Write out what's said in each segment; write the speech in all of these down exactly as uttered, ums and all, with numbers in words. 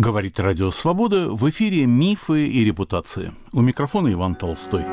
Говорит Радио Свобода, в эфире «Мифы и репутации». У микрофона Иван Толстой.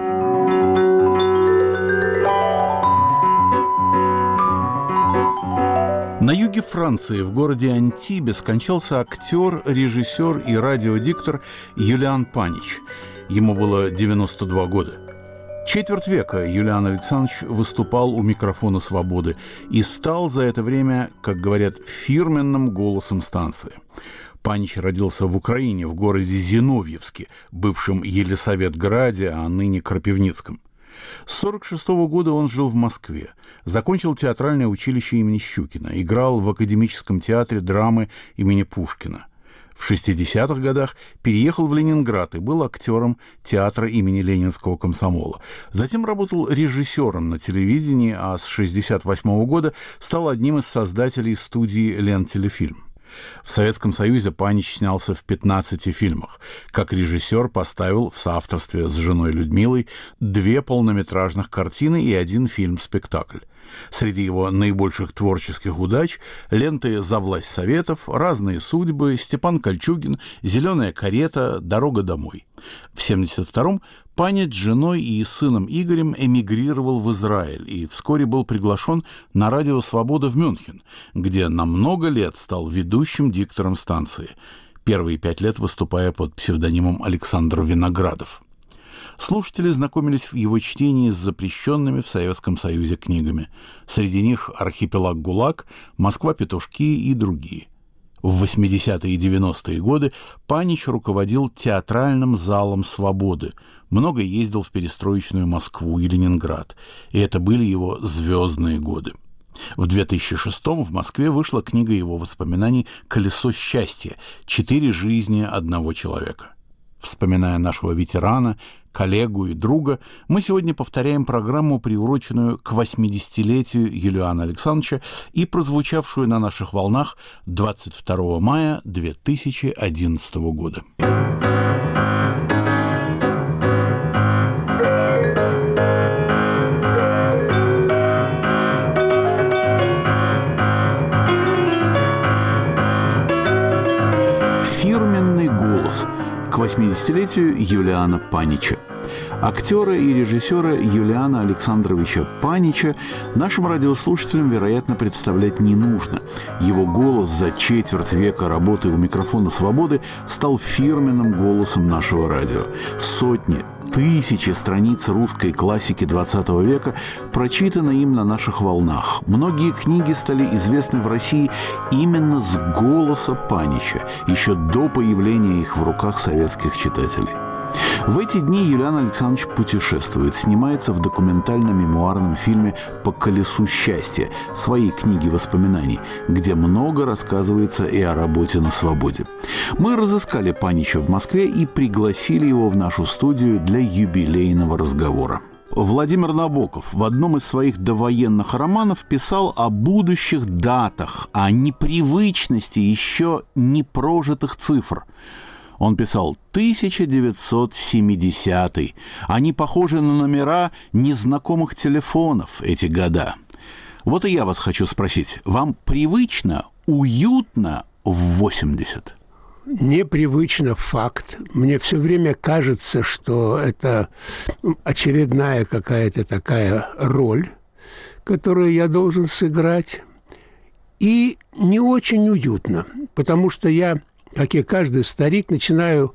На юге Франции, в городе Антибе, скончался актер, режиссер и радиодиктор Юлиан Панич. Ему было девяносто два года. Четверть века Юлиан Александрович выступал у микрофона «Свободы» и стал за это время, как говорят, фирменным голосом станции. Панич родился в Украине, в городе Зиновьевске, бывшем Елисаветграде, а ныне Крапивницком. С сорок шестого года он жил в Москве, закончил театральное училище имени Щукина, играл в Академическом театре драмы имени Пушкина. В шестидесятых годах переехал в Ленинград и был актером театра имени Ленинского комсомола. Затем работал режиссером на телевидении, а с шестьдесят восьмого года стал одним из создателей студии «Лентелефильм». В Советском Союзе Панич снялся в пятнадцати фильмах. Как режиссер поставил в соавторстве с женой Людмилой две полнометражных картины и один фильм-спектакль. Среди его наибольших творческих удач – ленты «За власть Советов», «Разные судьбы», «Степан Кольчугин», «Зеленая карета», «Дорога домой». В семьдесят втором Панич с женой и сыном Игорем эмигрировал в Израиль и вскоре был приглашен на Радио Свобода в Мюнхен, где на много лет стал ведущим диктором станции, первые пять лет выступая под псевдонимом Александр Виноградов. Слушатели знакомились в его чтении с запрещенными в Советском Союзе книгами. Среди них «Архипелаг ГУЛАГ», «Москва-петушки» и другие. В восьмидесятые и девяностые годы Панич руководил театральным залом «Свободы», много ездил в перестроечную Москву и Ленинград, и это были его звездные годы. В две тысячи шестом в Москве вышла книга его воспоминаний «Колесо счастья. Четыре жизни одного человека». Вспоминая нашего ветерана, коллегу и друга, мы сегодня повторяем программу, приуроченную к восьмидесятилетию Юлиана Александровича и прозвучавшую на наших волнах двадцать второго мая две тысячи одиннадцатого года. Фирменный голос к восьмидесятилетию Юлиана Панича. Актера и режиссера Юлиана Александровича Панича нашим радиослушателям, вероятно, представлять не нужно. Его голос за четверть века работы у микрофона «Свободы» стал фирменным голосом нашего радио. Сотни, тысячи страниц русской классики двадцатого века прочитаны им на наших волнах. Многие книги стали известны в России именно с голоса Панича, еще до появления их в руках советских читателей. В эти дни Юлиан Александрович путешествует, снимается в документально-мемуарном фильме «По колесу счастья», своей книге воспоминаний, где много рассказывается и о работе на свободе. Мы разыскали Панича в Москве и пригласили его в нашу студию для юбилейного разговора. Владимир Набоков в одном из своих довоенных романов писал о будущих датах, о непривычности еще не прожитых цифр. Он писал тысяча девятьсот семидесятый. Они похожи на номера незнакомых телефонов, эти года. Вот и я вас хочу спросить. Вам привычно, уютно в восемьдесят? Непривычно, факт. Мне все время кажется, что это очередная какая-то такая роль, которую я должен сыграть. И не очень уютно, потому что я, как и каждый старик, начинаю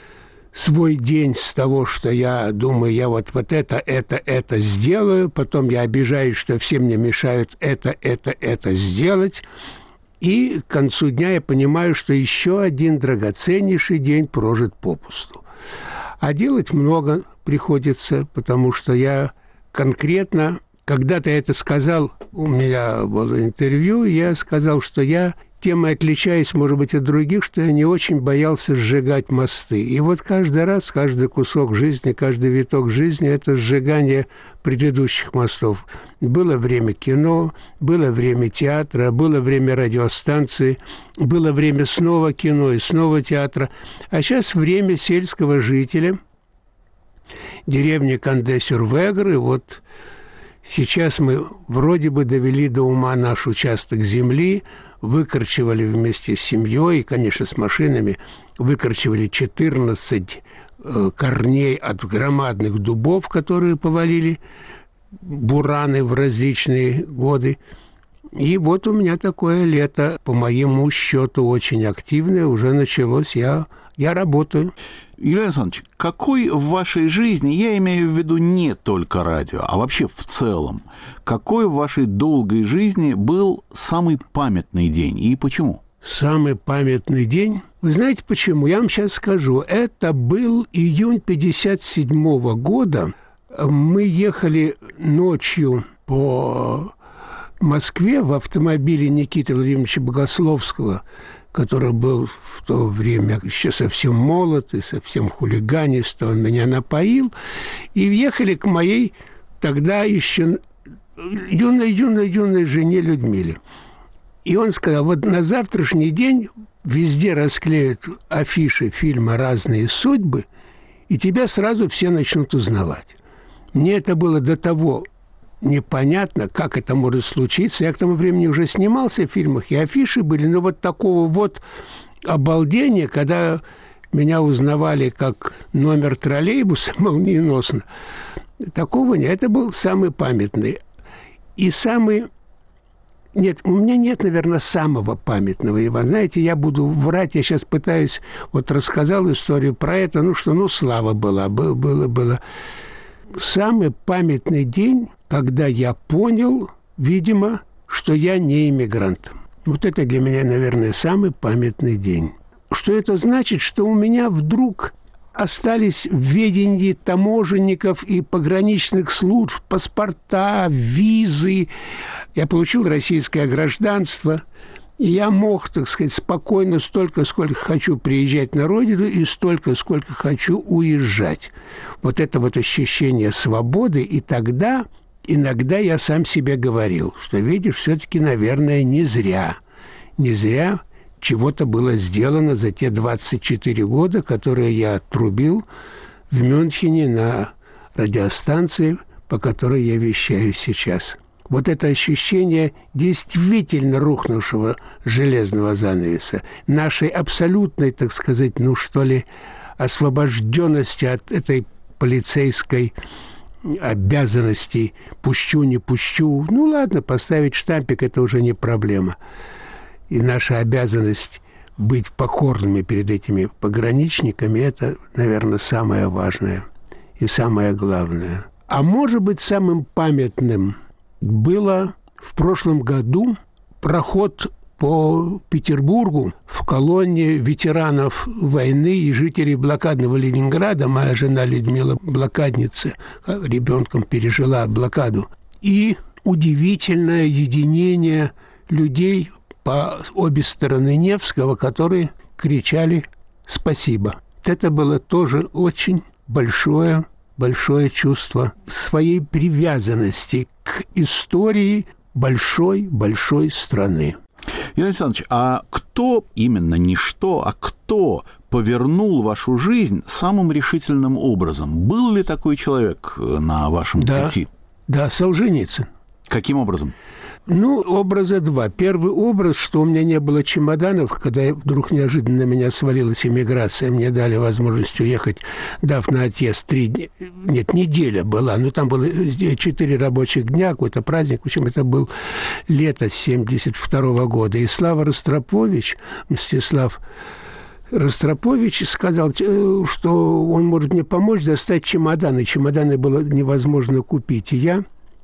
свой день с того, что я думаю, я вот, вот это, это, это сделаю, потом я обижаюсь, что все мне мешают это, это, это сделать, и к концу дня я понимаю, что еще один драгоценнейший день прожит попусту. А делать много приходится, потому что я конкретно, когда-то я это сказал, у меня было интервью, я сказал, что я тем и отличаюсь, может быть, от других, что я не очень боялся сжигать мосты. И вот каждый раз, каждый кусок жизни, каждый виток жизни – это сжигание предыдущих мостов. Было время кино, было время театра, было время радиостанции, было время снова кино и снова театра. А сейчас время сельского жителя, деревни Канде-Сюрвегр, и вот сейчас мы вроде бы довели до ума наш участок земли, выкорчевали вместе с семьей, и, конечно, с машинами, выкорчевали четырнадцать корней от громадных дубов, которые повалили бураны в различные годы. И вот у меня такое лето, по моему счету, очень активное, уже началось, я, я работаю. Юлиан Александрович, какой в вашей жизни, я имею в виду не только радио, а вообще в целом, какой в вашей долгой жизни был самый памятный день и почему? Самый памятный день? Вы знаете почему? Я вам сейчас скажу. Это был июнь пятьдесят седьмого года. Мы ехали ночью по Москве в автомобиле Никиты Владимировича Богословского, который был в то время еще совсем молод и совсем хулиганист, он меня напоил, и въехали к моей тогда еще юной-юной-юной жене Людмиле. И он сказал, вот на завтрашний день везде расклеят афиши фильма «Разные судьбы», и тебя сразу все начнут узнавать. Мне это было до того непонятно, как это может случиться. Я к тому времени уже снимался в фильмах, и афиши были, но вот такого вот обалдения, когда меня узнавали как номер троллейбуса молниеносно, такого нет. Это был самый памятный. И самый... Нет, у меня нет, наверное, самого памятного, Иван. Знаете, я буду врать, я сейчас пытаюсь... Вот рассказал историю про это, ну что, ну слава была, было, было, было. Самый памятный день, когда я понял, видимо, что я не иммигрант. Вот это для меня, наверное, самый памятный день. Что это значит? Что у меня вдруг остались в ведении таможенников и пограничных служб паспорта, визы. Я получил российское гражданство. И я мог, так сказать, спокойно столько, сколько хочу приезжать на родину, и столько, сколько хочу уезжать. Вот это вот ощущение свободы. И тогда иногда я сам себе говорил, что, видишь, все-таки, наверное, не зря. Не зря чего-то было сделано за те двадцать четыре года, которые я отрубил в Мюнхене на радиостанции, по которой я вещаю сейчас. Вот это ощущение действительно рухнувшего железного занавеса, нашей абсолютной, так сказать, ну что ли, освобожденности от этой полицейской обязанности «пущу, не пущу». Ну ладно, поставить штампик – это уже не проблема. И наша обязанность быть покорными перед этими пограничниками – это, наверное, самое важное и самое главное. А может быть, самым памятным было в прошлом году проход по Петербургу в колонне ветеранов войны и жителей блокадного Ленинграда. Моя жена Людмила блокадница, ребенком пережила блокаду. И удивительное единение людей по обе стороны Невского, которые кричали «спасибо». Это было тоже очень большое, большое чувство своей привязанности к истории большой-большой страны. Юрий Александрович, а кто именно, не что, а кто повернул вашу жизнь самым решительным образом? Был ли такой человек на вашем да, пути? Да, Солженицын. Каким образом? Ну, образа два. Первый образ, что у меня не было чемоданов, когда вдруг неожиданно на меня свалилась эмиграция, мне дали возможность уехать, дав на отъезд три дня, нет, неделя была, но там было четыре рабочих дня, какой-то праздник, в общем, это был лето семьдесят второго года. И Слава Ростропович, Мстислав Ростропович сказал, что он может мне помочь достать чемоданы. Чемоданы было невозможно купить. И я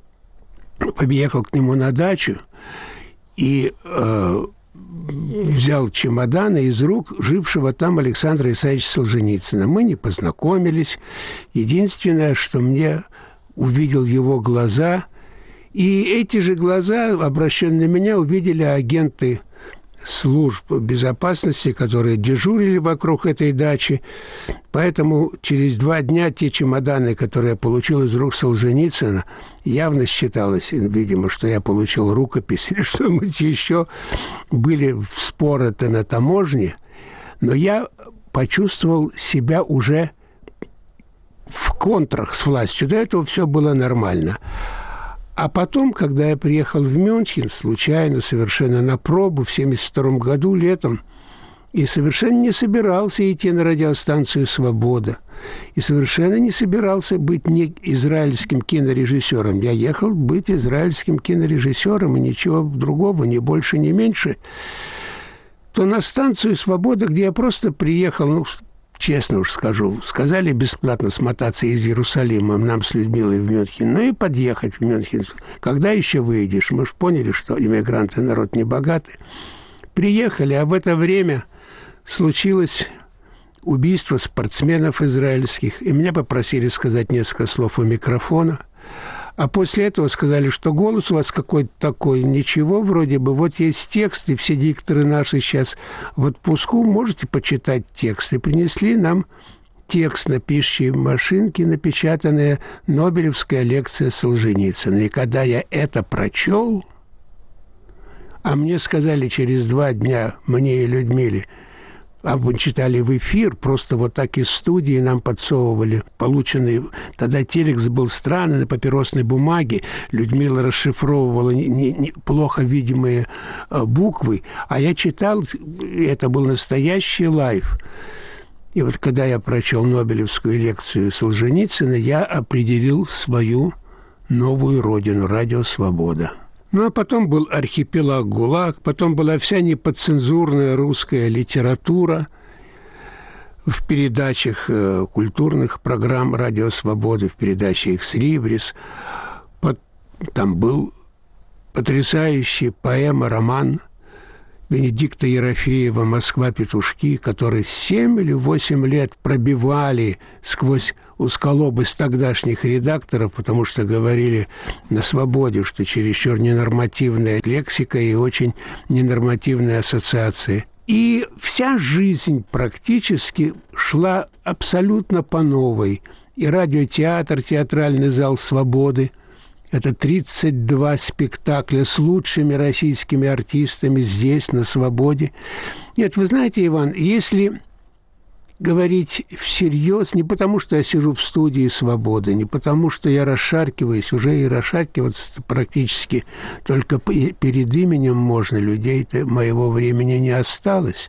поехал к нему на дачу и э, взял чемоданы из рук жившего там Александра Исаевича Солженицына. Мы не познакомились. Единственное, что мне увидел его глаза, и эти же глаза, обращенные на меня, увидели агенты служб безопасности, которые дежурили вокруг этой дачи. Поэтому через два дня те чемоданы, которые я получил из рук Солженицына, явно считалось, видимо, что я получил рукопись или что-нибудь еще, были вспороты на таможне. Но я почувствовал себя уже в контрах с властью. До этого все было нормально. А потом, когда я приехал в Мюнхен, случайно, совершенно на пробу в семьдесят втором году летом, и совершенно не собирался идти на радиостанцию «Свобода», и совершенно не собирался быть не израильским кинорежиссером. Я ехал быть израильским кинорежиссером, и ничего другого, ни больше, ни меньше. То на станцию «Свобода», где я просто приехал, ну, честно уж скажу, сказали бесплатно смотаться из Иерусалима нам с Людмилой в Мюнхен, ну и подъехать в Мюнхен. Когда еще выйдешь? Мы же поняли, что иммигранты народ небогатый. Приехали, а в это время случилось убийство спортсменов израильских, и меня попросили сказать несколько слов у микрофона. А после этого сказали, что голос у вас какой-то такой, ничего, вроде бы, вот есть текст, и все дикторы наши сейчас в отпуску, можете почитать текст. И принесли нам текст на пишущей машинке, напечатанная Нобелевская лекция Солженицына. И когда я это прочел, а мне сказали через два дня, мне и Людмиле, а мы читали в эфир, просто вот так из студии нам подсовывали полученный... Тогда телекс был странный, на папиросной бумаге. Людмила расшифровывала не, не, не, плохо видимые буквы, а я читал, и это был настоящий лайв. И вот когда я прочел Нобелевскую лекцию Солженицына, я определил свою новую родину – Радио Свобода. Ну, а потом был архипелаг ГУЛАГ, потом была вся неподцензурная русская литература в передачах э, культурных программ «Радио Свободы», в передаче «Экс-Рибрис». Там был потрясающий поэма, роман Венедикта Ерофеева «Москва-петушки», который семь или восемь лет пробивали сквозь узколобость тогдашних редакторов, потому что говорили на «Свободе», что чересчур ненормативная лексика и очень ненормативные ассоциации. И вся жизнь практически шла абсолютно по новой. И радиотеатр, театральный зал «Свободы», это тридцать два спектакля с лучшими российскими артистами здесь, на «Свободе». Нет, вы знаете, Иван, если говорить всерьез, не потому что я сижу в студии «Свободы», не потому что я расшаркиваюсь, уже и расшаркиваться практически только перед именем можно, людей-то моего времени не осталось.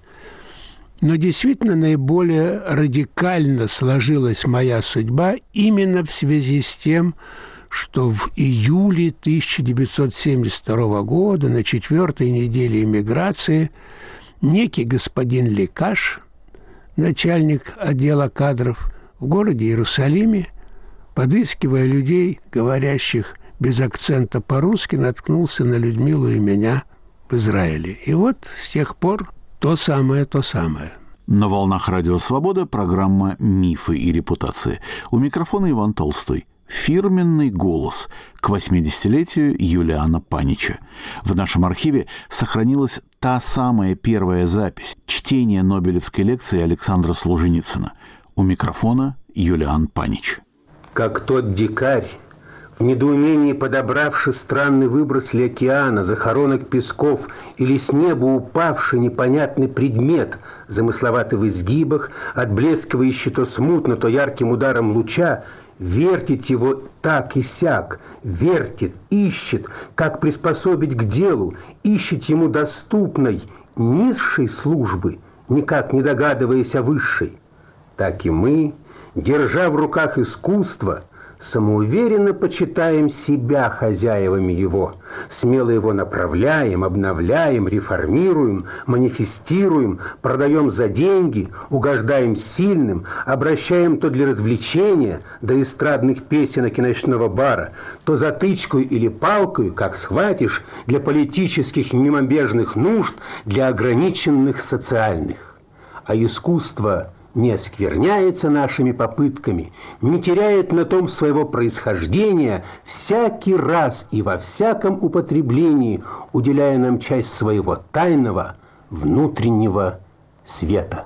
Но действительно наиболее радикально сложилась моя судьба именно в связи с тем, что в июле тысяча девятьсот семьдесят второго года на четвертой неделе эмиграции некий господин Лекаш, начальник отдела кадров в городе Иерусалиме, подыскивая людей, говорящих без акцента по-русски, наткнулся на Людмилу и меня в Израиле. И вот с тех пор то самое, то самое. На волнах «Радио Свобода» программа «Мифы и репутации». У микрофона Иван Толстой. Фирменный голос к восьмидесятилетию Юлиана Панича. В нашем архиве сохранилась та самая первая запись чтения Нобелевской лекции Александра Солженицына. У микрофона Юлиан Панич. Как тот дикарь, в недоумении подобравший странный выброс ли океана, захоронок песков или с неба упавший непонятный предмет, замысловатый в изгибах, отблескивающий то смутно, то ярким ударом луча, вертит его так и сяк, вертит, ищет, как приспособить к делу, ищет ему доступной, низшей службы, никак не догадываясь о высшей. Так и мы, держа в руках искусство, самоуверенно почитаем себя хозяевами его, смело его направляем, обновляем, реформируем, манифестируем, продаем за деньги, угождаем сильным, обращаем то для развлечения, до эстрадных песенок и ночного бара, то затычкой или палкой, как схватишь, для политических мимобежных нужд, для ограниченных социальных. А искусство не оскверняется нашими попытками, не теряет на том своего происхождения, всякий раз и во всяком употреблении уделяя нам часть своего тайного внутреннего света.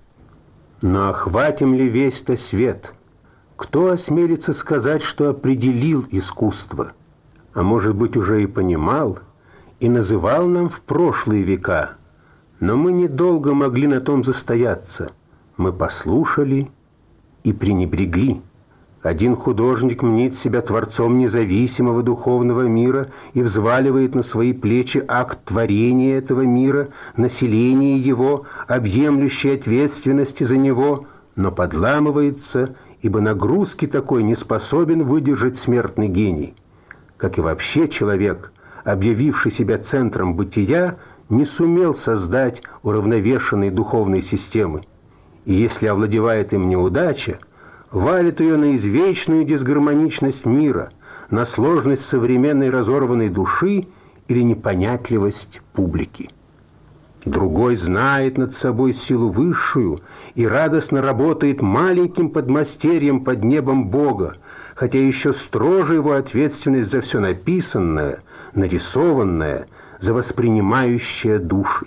Но охватим ли весь-то свет? Кто осмелится сказать, что определил искусство? А может быть, уже и понимал, и называл нам в прошлые века? Но мы недолго могли на том застояться. Мы послушали и пренебрегли. Один художник мнит себя творцом независимого духовного мира и взваливает на свои плечи акт творения этого мира, население его, объемлющей ответственности за него, но подламывается, ибо нагрузки такой не способен выдержать смертный гений. Как и вообще человек, объявивший себя центром бытия, не сумел создать уравновешенной духовной системы. И если овладевает им неудача, валит ее на извечную дисгармоничность мира, на сложность современной разорванной души или непонятливость публики. Другой знает над собой силу высшую и радостно работает маленьким подмастерьем под небом Бога, хотя еще строже его ответственность за все написанное, нарисованное, за воспринимающее души.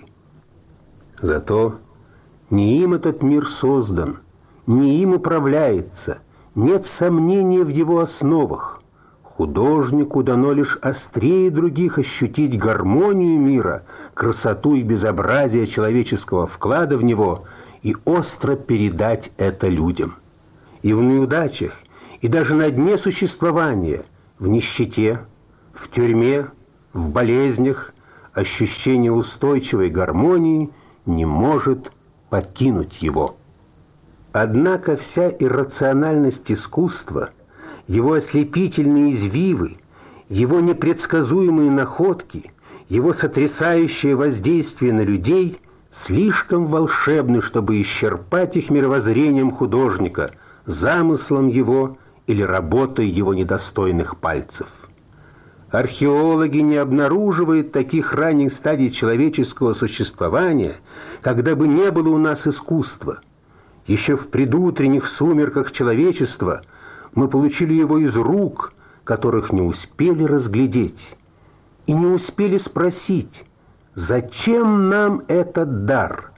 Зато не им этот мир создан, не им управляется, нет сомнения в его основах. Художнику дано лишь острее других ощутить гармонию мира, красоту и безобразие человеческого вклада в него и остро передать это людям. И в неудачах, и даже на дне существования, в нищете, в тюрьме, в болезнях, ощущение устойчивой гармонии не может покинуть его. Однако вся иррациональность искусства, его ослепительные извивы, его непредсказуемые находки, его сотрясающее воздействие на людей слишком волшебны, чтобы исчерпать их мировоззрением художника, замыслом его или работой его недостойных пальцев. Археологи не обнаруживают таких ранних стадий человеческого существования, когда бы не было у нас искусства. Еще в предутренних сумерках человечества мы получили его из рук, которых не успели разглядеть, и не успели спросить, зачем нам этот дар?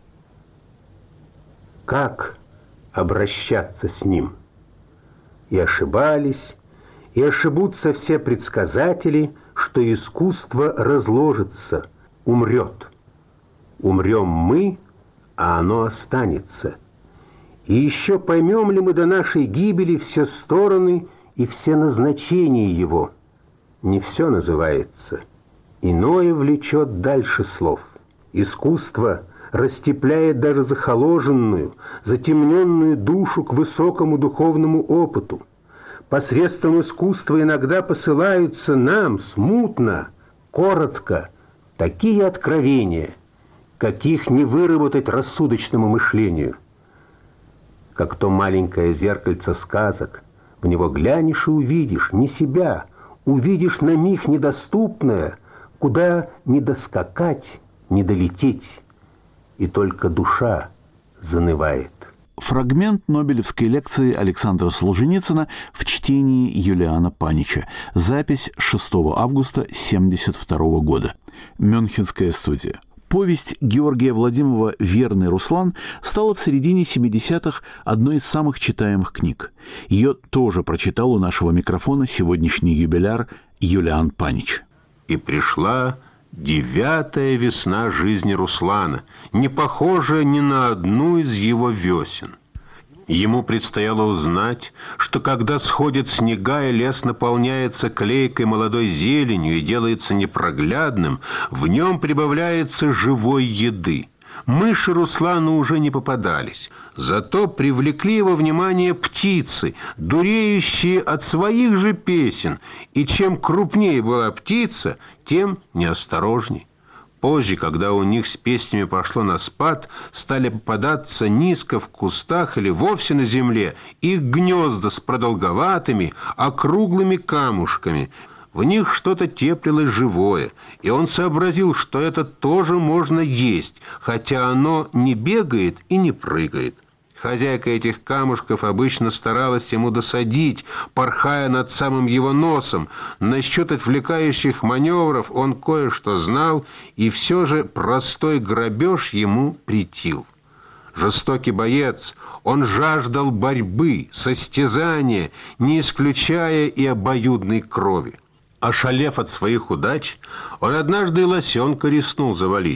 Как обращаться с ним? И ошибались, и ошибутся все предсказатели, что искусство разложится, умрет. Умрем мы, а оно останется. И еще поймем ли мы до нашей гибели все стороны и все назначения его? Не все называется. Иное влечет дальше слов. Искусство растепляет даже захоложенную, затемненную душу к высокому духовному опыту. Посредством искусства иногда посылаются нам смутно, коротко, такие откровения, каких не выработать рассудочному мышлению. Как то маленькое зеркальце сказок, в него глянешь и увидишь не себя, увидишь на миг недоступное, куда не доскакать, не долететь, и только душа занывает. Фрагмент Нобелевской лекции Александра Солженицына в чтении Юлиана Панича. Запись шестого августа тысяча девятьсот семьдесят второго года. Мюнхенская студия. Повесть Георгия Владимирова «Верный Руслан» стала в середине семидесятых одной из самых читаемых книг. Ее тоже прочитал у нашего микрофона сегодняшний юбиляр Юлиан Панич. И пришла девятая весна жизни Руслана, не похожая ни на одну из его весен. Ему предстояло узнать, что когда сходят снега и лес наполняется клейкой молодой зеленью и делается непроглядным, в нем прибавляется живой еды. Мыши Руслану уже не попадались, зато привлекли его внимание птицы, дуреющие от своих же песен, и чем крупнее была птица, тем неосторожней. Позже, когда у них с песнями пошло на спад, стали попадаться низко в кустах или вовсе на земле их гнезда с продолговатыми, округлыми камушками. В них что-то теплилось живое, и он сообразил, что это тоже можно есть, хотя оно не бегает и не прыгает. Хозяйка этих камушков обычно старалась ему досадить, порхая над самым его носом. Насчет отвлекающих маневров он кое-что знал, и все же простой грабеж ему претил. Жестокий боец, он жаждал борьбы, состязания, не исключая и обоюдной крови. Ошалев от своих удач, он однажды и лосенка рискнул завалить,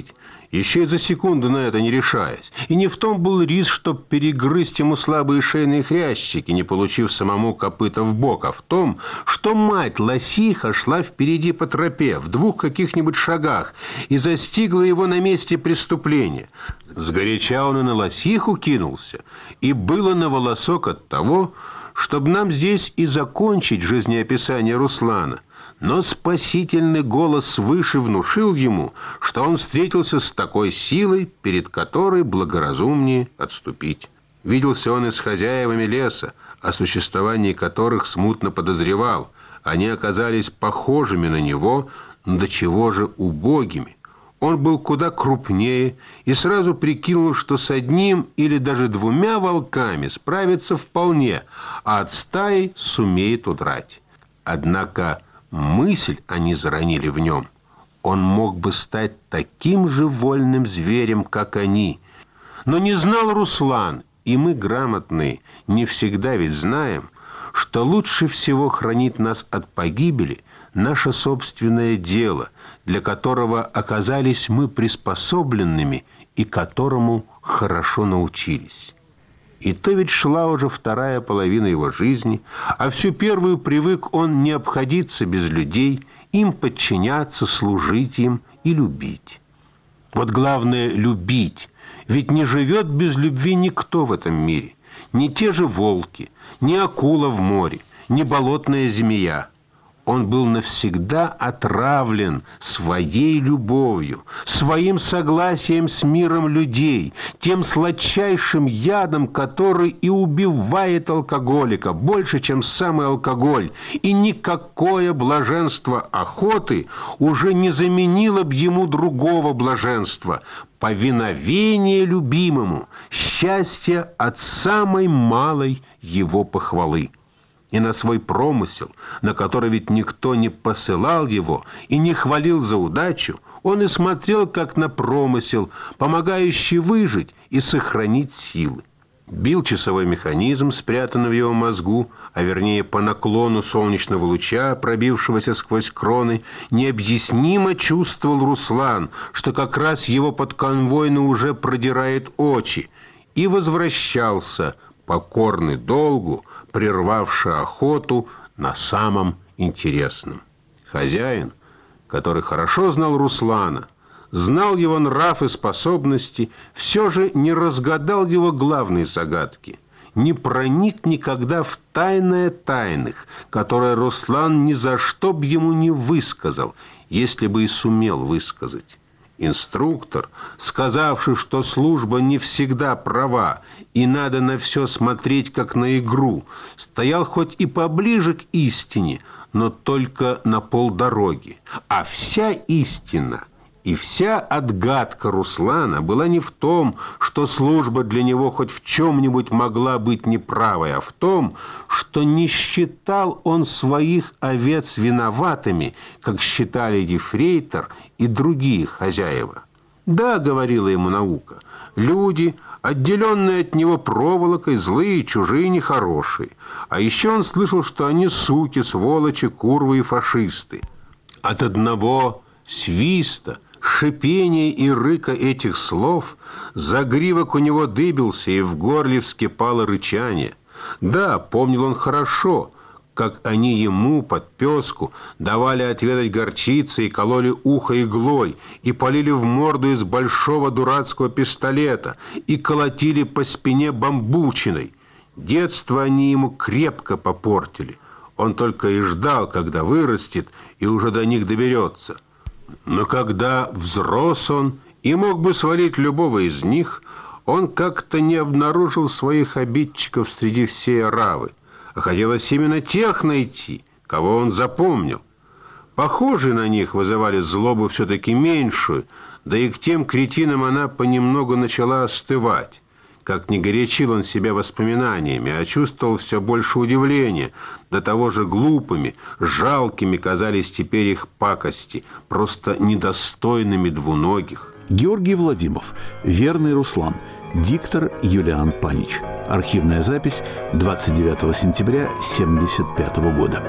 еще и за секунду на это не решаясь. И не в том был риск, чтоб перегрызть ему слабые шейные хрящики, не получив самому копыта в бок, а в том, что мать-лосиха шла впереди по тропе в двух каких-нибудь шагах и застигла его на месте преступления. Сгоряча он и на лосиху кинулся, и было на волосок от того, чтобы нам здесь и закончить жизнеописание Руслана. Но спасительный голос свыше внушил ему, что он встретился с такой силой, перед которой благоразумнее отступить. Виделся он и с хозяевами леса, о существовании которых смутно подозревал. Они оказались похожими на него, но до чего же убогими. Он был куда крупнее и сразу прикинул, что с одним или даже двумя волками справится вполне, а от стаи сумеет удрать. Однако мысль они заронили в нем. Он мог бы стать таким же вольным зверем, как они. Но не знал Руслан, и мы, грамотные, не всегда ведь знаем, что лучше всего хранит нас от погибели наше собственное дело, для которого оказались мы приспособленными и которому хорошо научились. И то ведь шла уже вторая половина его жизни, а всю первую привык он не обходиться без людей, им подчиняться, служить им и любить. Вот главное – любить, ведь не живет без любви никто в этом мире. Ни те же волки, ни акула в море, ни болотная змея. Он был навсегда отравлен своей любовью, своим согласием с миром людей, тем сладчайшим ядом, который и убивает алкоголика больше, чем самый алкоголь. И никакое блаженство охоты уже не заменило б ему другого блаженства – повиновение любимому, счастье от самой малой его похвалы. И на свой промысел, на который ведь никто не посылал его и не хвалил за удачу, он и смотрел как на промысел, помогающий выжить и сохранить силы. Бил часовой механизм, спрятанный в его мозгу, а вернее по наклону солнечного луча, пробившегося сквозь кроны, необъяснимо чувствовал Руслан, что как раз его подконвойно уже продирает очи, и возвращался, покорный долгу, прервавший охоту на самом интересном. Хозяин, который хорошо знал Руслана, знал его нрав и способности, все же не разгадал его главной загадки, не проник никогда в тайное тайных, которое Руслан ни за что б ему не высказал, если бы и сумел высказать. Инструктор, сказавший, что служба не всегда права и надо на все смотреть как на игру, стоял хоть и поближе к истине, но только на полдороги. А вся истина и вся отгадка Руслана была не в том, что служба для него хоть в чем-нибудь могла быть неправой, а в том, что не считал он своих овец виноватыми, как считали ефрейтор и другие хозяева. Да, говорила ему наука, люди, отделенные от него проволокой, злые, чужие, нехорошие. А еще он слышал, что они суки, сволочи, курвы и фашисты. От одного свиста, шипения и рыка этих слов загривок у него дыбился, и в горле вскипало рычание. Да, помнил он хорошо, как они ему, подпеску, давали отведать горчицы и кололи ухо иглой, и полили в морду из большого дурацкого пистолета, и колотили по спине бамбучиной. Детство они ему крепко попортили. Он только и ждал, когда вырастет, и уже до них доберется. Но когда взрос он и мог бы свалить любого из них, он как-то не обнаружил своих обидчиков среди всей оравы, а хотелось именно тех найти, кого он запомнил. Похожие на них вызывали злобу все-таки меньшую, да и к тем кретинам она понемногу начала остывать. Как не горячил он себя воспоминаниями, а чувствовал все больше удивления. До того же глупыми, жалкими казались теперь их пакости, просто недостойными двуногих. Георгий Владимиров, верный Руслан, диктор Юлиан Панич. Архивная запись двадцать девятого сентября тысяча девятьсот семьдесят пятого года.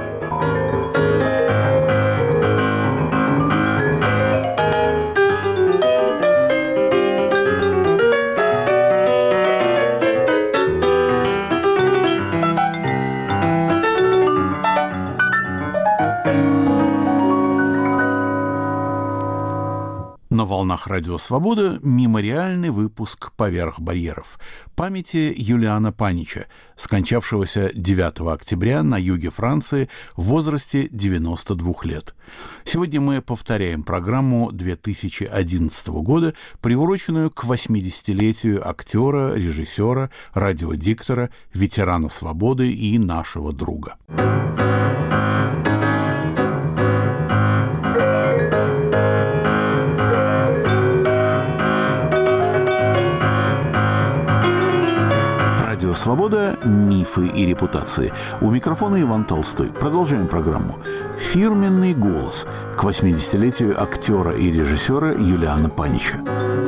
волнах Радио Свобода мемориальный выпуск «Поверх барьеров» памяти Юлиана Панича, скончавшегося девятого октября на юге Франции в возрасте девяноста двух лет. Сегодня мы повторяем программу две тысячи одиннадцатого года, приуроченную к восьмидесятилетию актера, режиссера, радиодиктора, ветерана свободы и нашего друга. Радио «Свобода. Мифы и репутации». У микрофона Иван Толстой. Продолжаем программу. Фирменный голос к восьмидесятилетию актера и режиссера Юлиана Панича.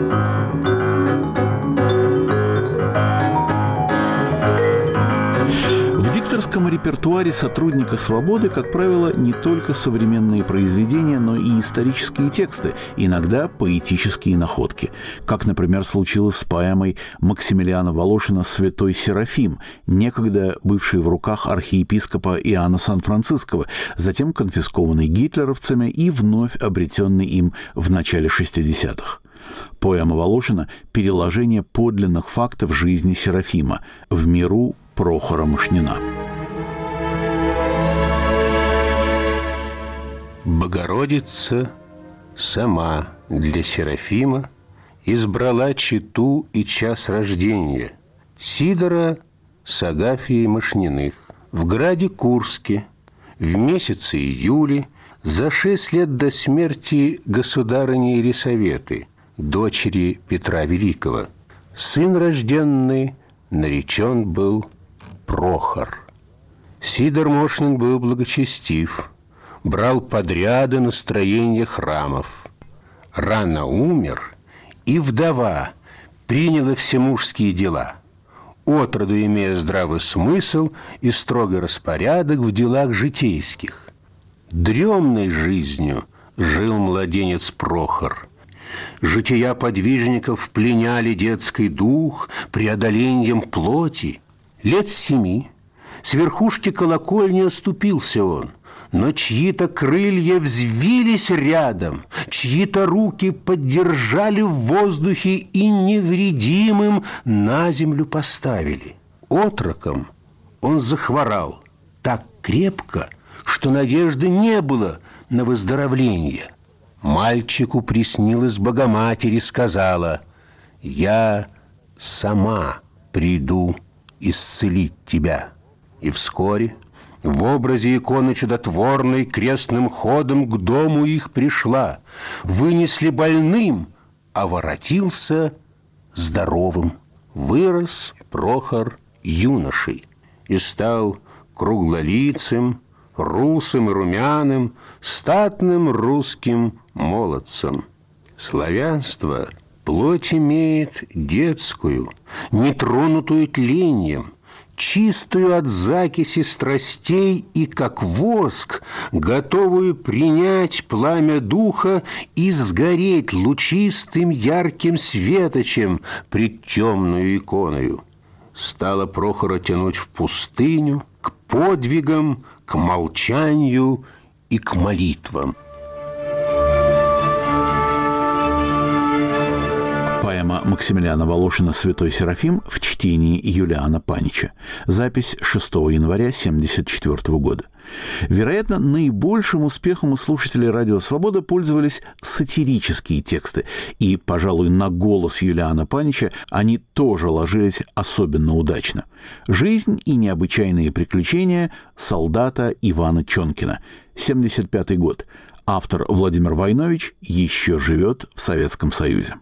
В дикторском репертуаре сотрудника «Свободы», как правило, не только современные произведения, но и исторические тексты, иногда поэтические находки. Как, например, случилось с поэмой Максимилиана Волошина «Святой Серафим», некогда бывшей в руках архиепископа Иоанна Сан-Франциского, затем конфискованной гитлеровцами и вновь обретенной им в начале шестидесятых. Поэма Волошина – переложение подлинных фактов жизни Серафима в миру Прохора Мышнина. Богородица сама для Серафима избрала чету и час рождения Сидора с Агафьей Мышниных в граде Курске в месяце июле за шесть лет до смерти государыни Елисаветы, дочери Петра Великого. Сын рожденный наречен был Прохор. Сидор Мошнин был благочестив, брал подряды на строение храмов. Рано умер, и вдова приняла все мужские дела, отроду имея здравый смысл и строгий распорядок в делах житейских. Дремной жизнью жил младенец Прохор. Жития подвижников пленяли детский дух преодолением плоти. Лет семи с верхушки колокольни оступился он, но чьи-то крылья взвились рядом, чьи-то руки поддержали в воздухе и невредимым на землю поставили. Отроком он захворал так крепко, что надежды не было на выздоровление. Мальчику приснилось Богоматери, сказала: «Я сама приду исцелить тебя». И вскоре в образе иконы чудотворной крестным ходом к дому их пришла. Вынесли больным, а воротился здоровым. Вырос Прохор юношей и стал круглолицым, русым и румяным, статным русским молодцем. Славянство плоть имеет детскую, нетронутую тлением, чистую от закиси страстей и, как воск, готовую принять пламя духа и сгореть лучистым ярким светочем пред темную иконою. Стало Прохора тянуть в пустыню, к подвигам, к молчанию и к молитвам. Поэма Максимилиана Волошина «Святой Серафим» в чтении Юлиана Панича. Запись шестого января семьдесят четвёртого года. Вероятно, наибольшим успехом у слушателей «Радио Свобода» пользовались сатирические тексты, и, пожалуй, на голос Юлиана Панича они тоже ложились особенно удачно. «Жизнь и необычайные приключения солдата Ивана Чонкина», семьдесят пятый год. Автор Владимир Войнович еще живет в Советском Союзе.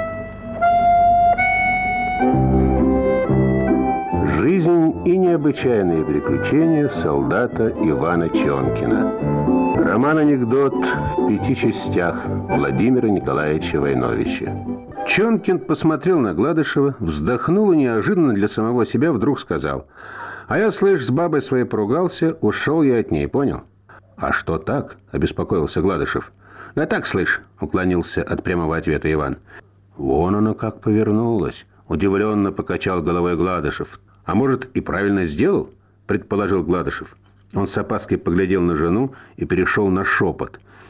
«Жизнь и необычайные приключения солдата Ивана Чонкина». Роман-анекдот в пяти частях Владимира Николаевича Войновича. Чонкин посмотрел на Гладышева, вздохнул и неожиданно для самого себя вдруг сказал: «А я, слышь, с бабой своей поругался, ушел я от ней, понял?» «А что так?» – обеспокоился Гладышев. «Да так, слышь», – уклонился от прямого ответа Иван. «Вон она как повернулась», – удивленно покачал головой Гладышев. «А может, и правильно сделал?» – предположил Гладышев. Он с опаской поглядел на жену и перешел на шепот.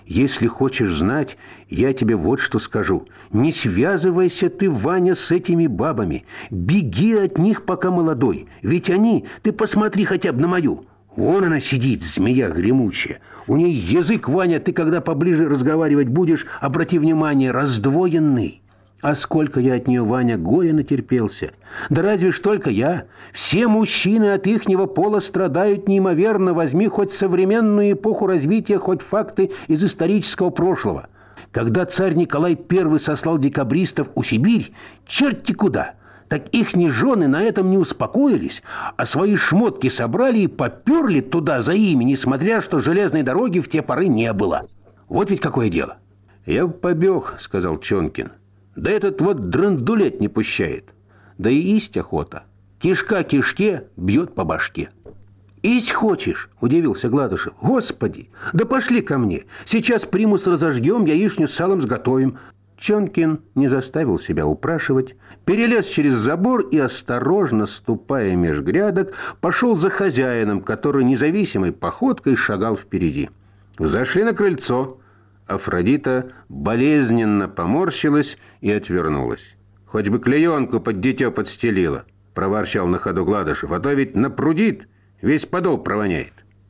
Если хочешь знать, я тебе вот что скажу. Не связывайся ты, Ваня, с этими бабами. Беги от них, пока молодой. Ведь они, ты посмотри хотя бы на мою. Вон она сидит, змея гремучая. У ней язык, Ваня, ты когда поближе разговаривать будешь, обрати внимание, раздвоенный. А сколько я от нее, Ваня, горя натерпелся. Да разве ж только я. Все мужчины от ихнего пола страдают неимоверно. Возьми хоть современную эпоху развития, хоть факты из исторического прошлого. Когда царь Николай Первый сослал декабристов у Сибирь, черти куда, так ихние жены на этом не успокоились, а свои шмотки собрали и поперли туда за ими, несмотря, что железной дороги в те поры не было. Вот ведь какое дело. «Я побег», — сказал Чонкин. «Да этот вот драндулет не пущает. Да и есть охота. Кишка кишке бьет по башке». «Есть хочешь?» – удивился Гладышев. «Господи! Да пошли ко мне. Сейчас примус разожгем, яичню с салом сготовим». Чонкин не заставил себя упрашивать, перелез через забор и, осторожно ступая меж грядок, пошел за хозяином, который независимой походкой шагал впереди. Зашли на крыльцо. Афродита болезненно поморщилась и отвернулась. «Хоть бы клеенку под дитё подстелила», – проворчал на ходу Гладышев, «а то ведь напрудит, весь подол провоняет».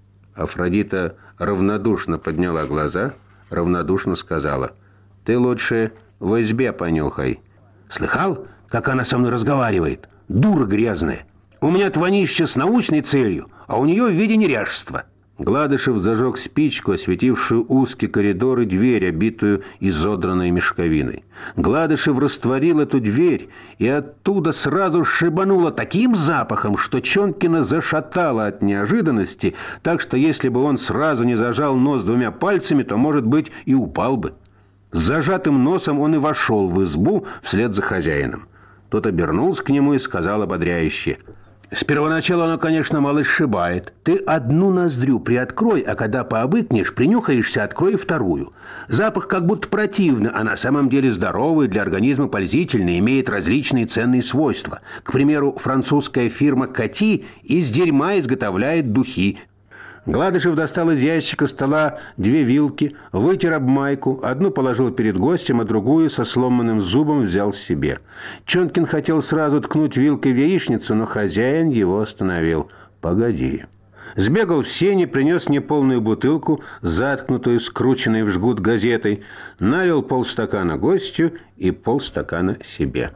Афродита равнодушно подняла глаза, равнодушно сказала: «Ты лучше в избе понюхай». «Слыхал, как она со мной разговаривает? Дура грязная. У меня твонище с научной целью, а у нее в виде неряшества». Гладышев зажег спичку, осветившую узкий коридор и дверь, обитую изодранной мешковиной. Гладышев растворил эту дверь, и оттуда сразу шибануло таким запахом, что Чонкина зашатало от неожиданности, так что если бы он сразу не зажал нос двумя пальцами, то, может быть, и упал бы. С зажатым носом он и вошел в избу вслед за хозяином. Тот обернулся к нему и сказал ободряюще: «С первоначала оно, конечно, мало сшибает. Ты одну ноздрю приоткрой, а когда пообыкнешь, принюхаешься, открой вторую. Запах как будто противный, а на самом деле здоровый, для организма пользительный, имеет различные ценные свойства. К примеру, французская фирма «Кати» из дерьма изготовляет духи». Гладышев достал из ящика стола две вилки, вытер об майку, одну положил перед гостем, а другую со сломанным зубом взял себе. Чонкин хотел сразу ткнуть вилкой в яичницу, но хозяин его остановил. «Погоди». Сбегал в сени, принес неполную бутылку, заткнутую, скрученной в жгут газетой, налил полстакана гостю и полстакана себе.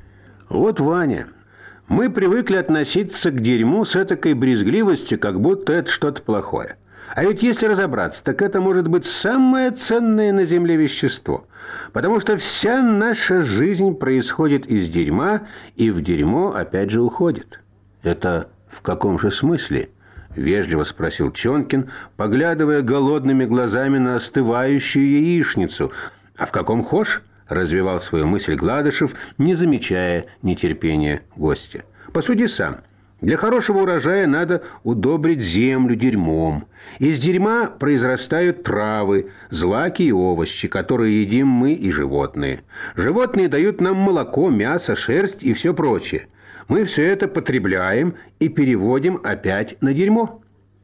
«Вот, Ваня, мы привыкли относиться к дерьму с этакой брезгливостью, как будто это что-то плохое. А ведь если разобраться, так это может быть самое ценное на земле вещество. Потому что вся наша жизнь происходит из дерьма, и в дерьмо опять же уходит». «Это в каком же смысле?» – вежливо спросил Чонкин, поглядывая голодными глазами на остывающую яичницу. «А в каком хошь?» – развивал свою мысль Гладышев, не замечая нетерпения гостя. «Посуди сам. Для хорошего урожая надо удобрить землю дерьмом. Из дерьма произрастают травы, злаки и овощи, которые едим мы и животные. Животные дают нам молоко, мясо, шерсть и все прочее. Мы все это потребляем и переводим опять на дерьмо.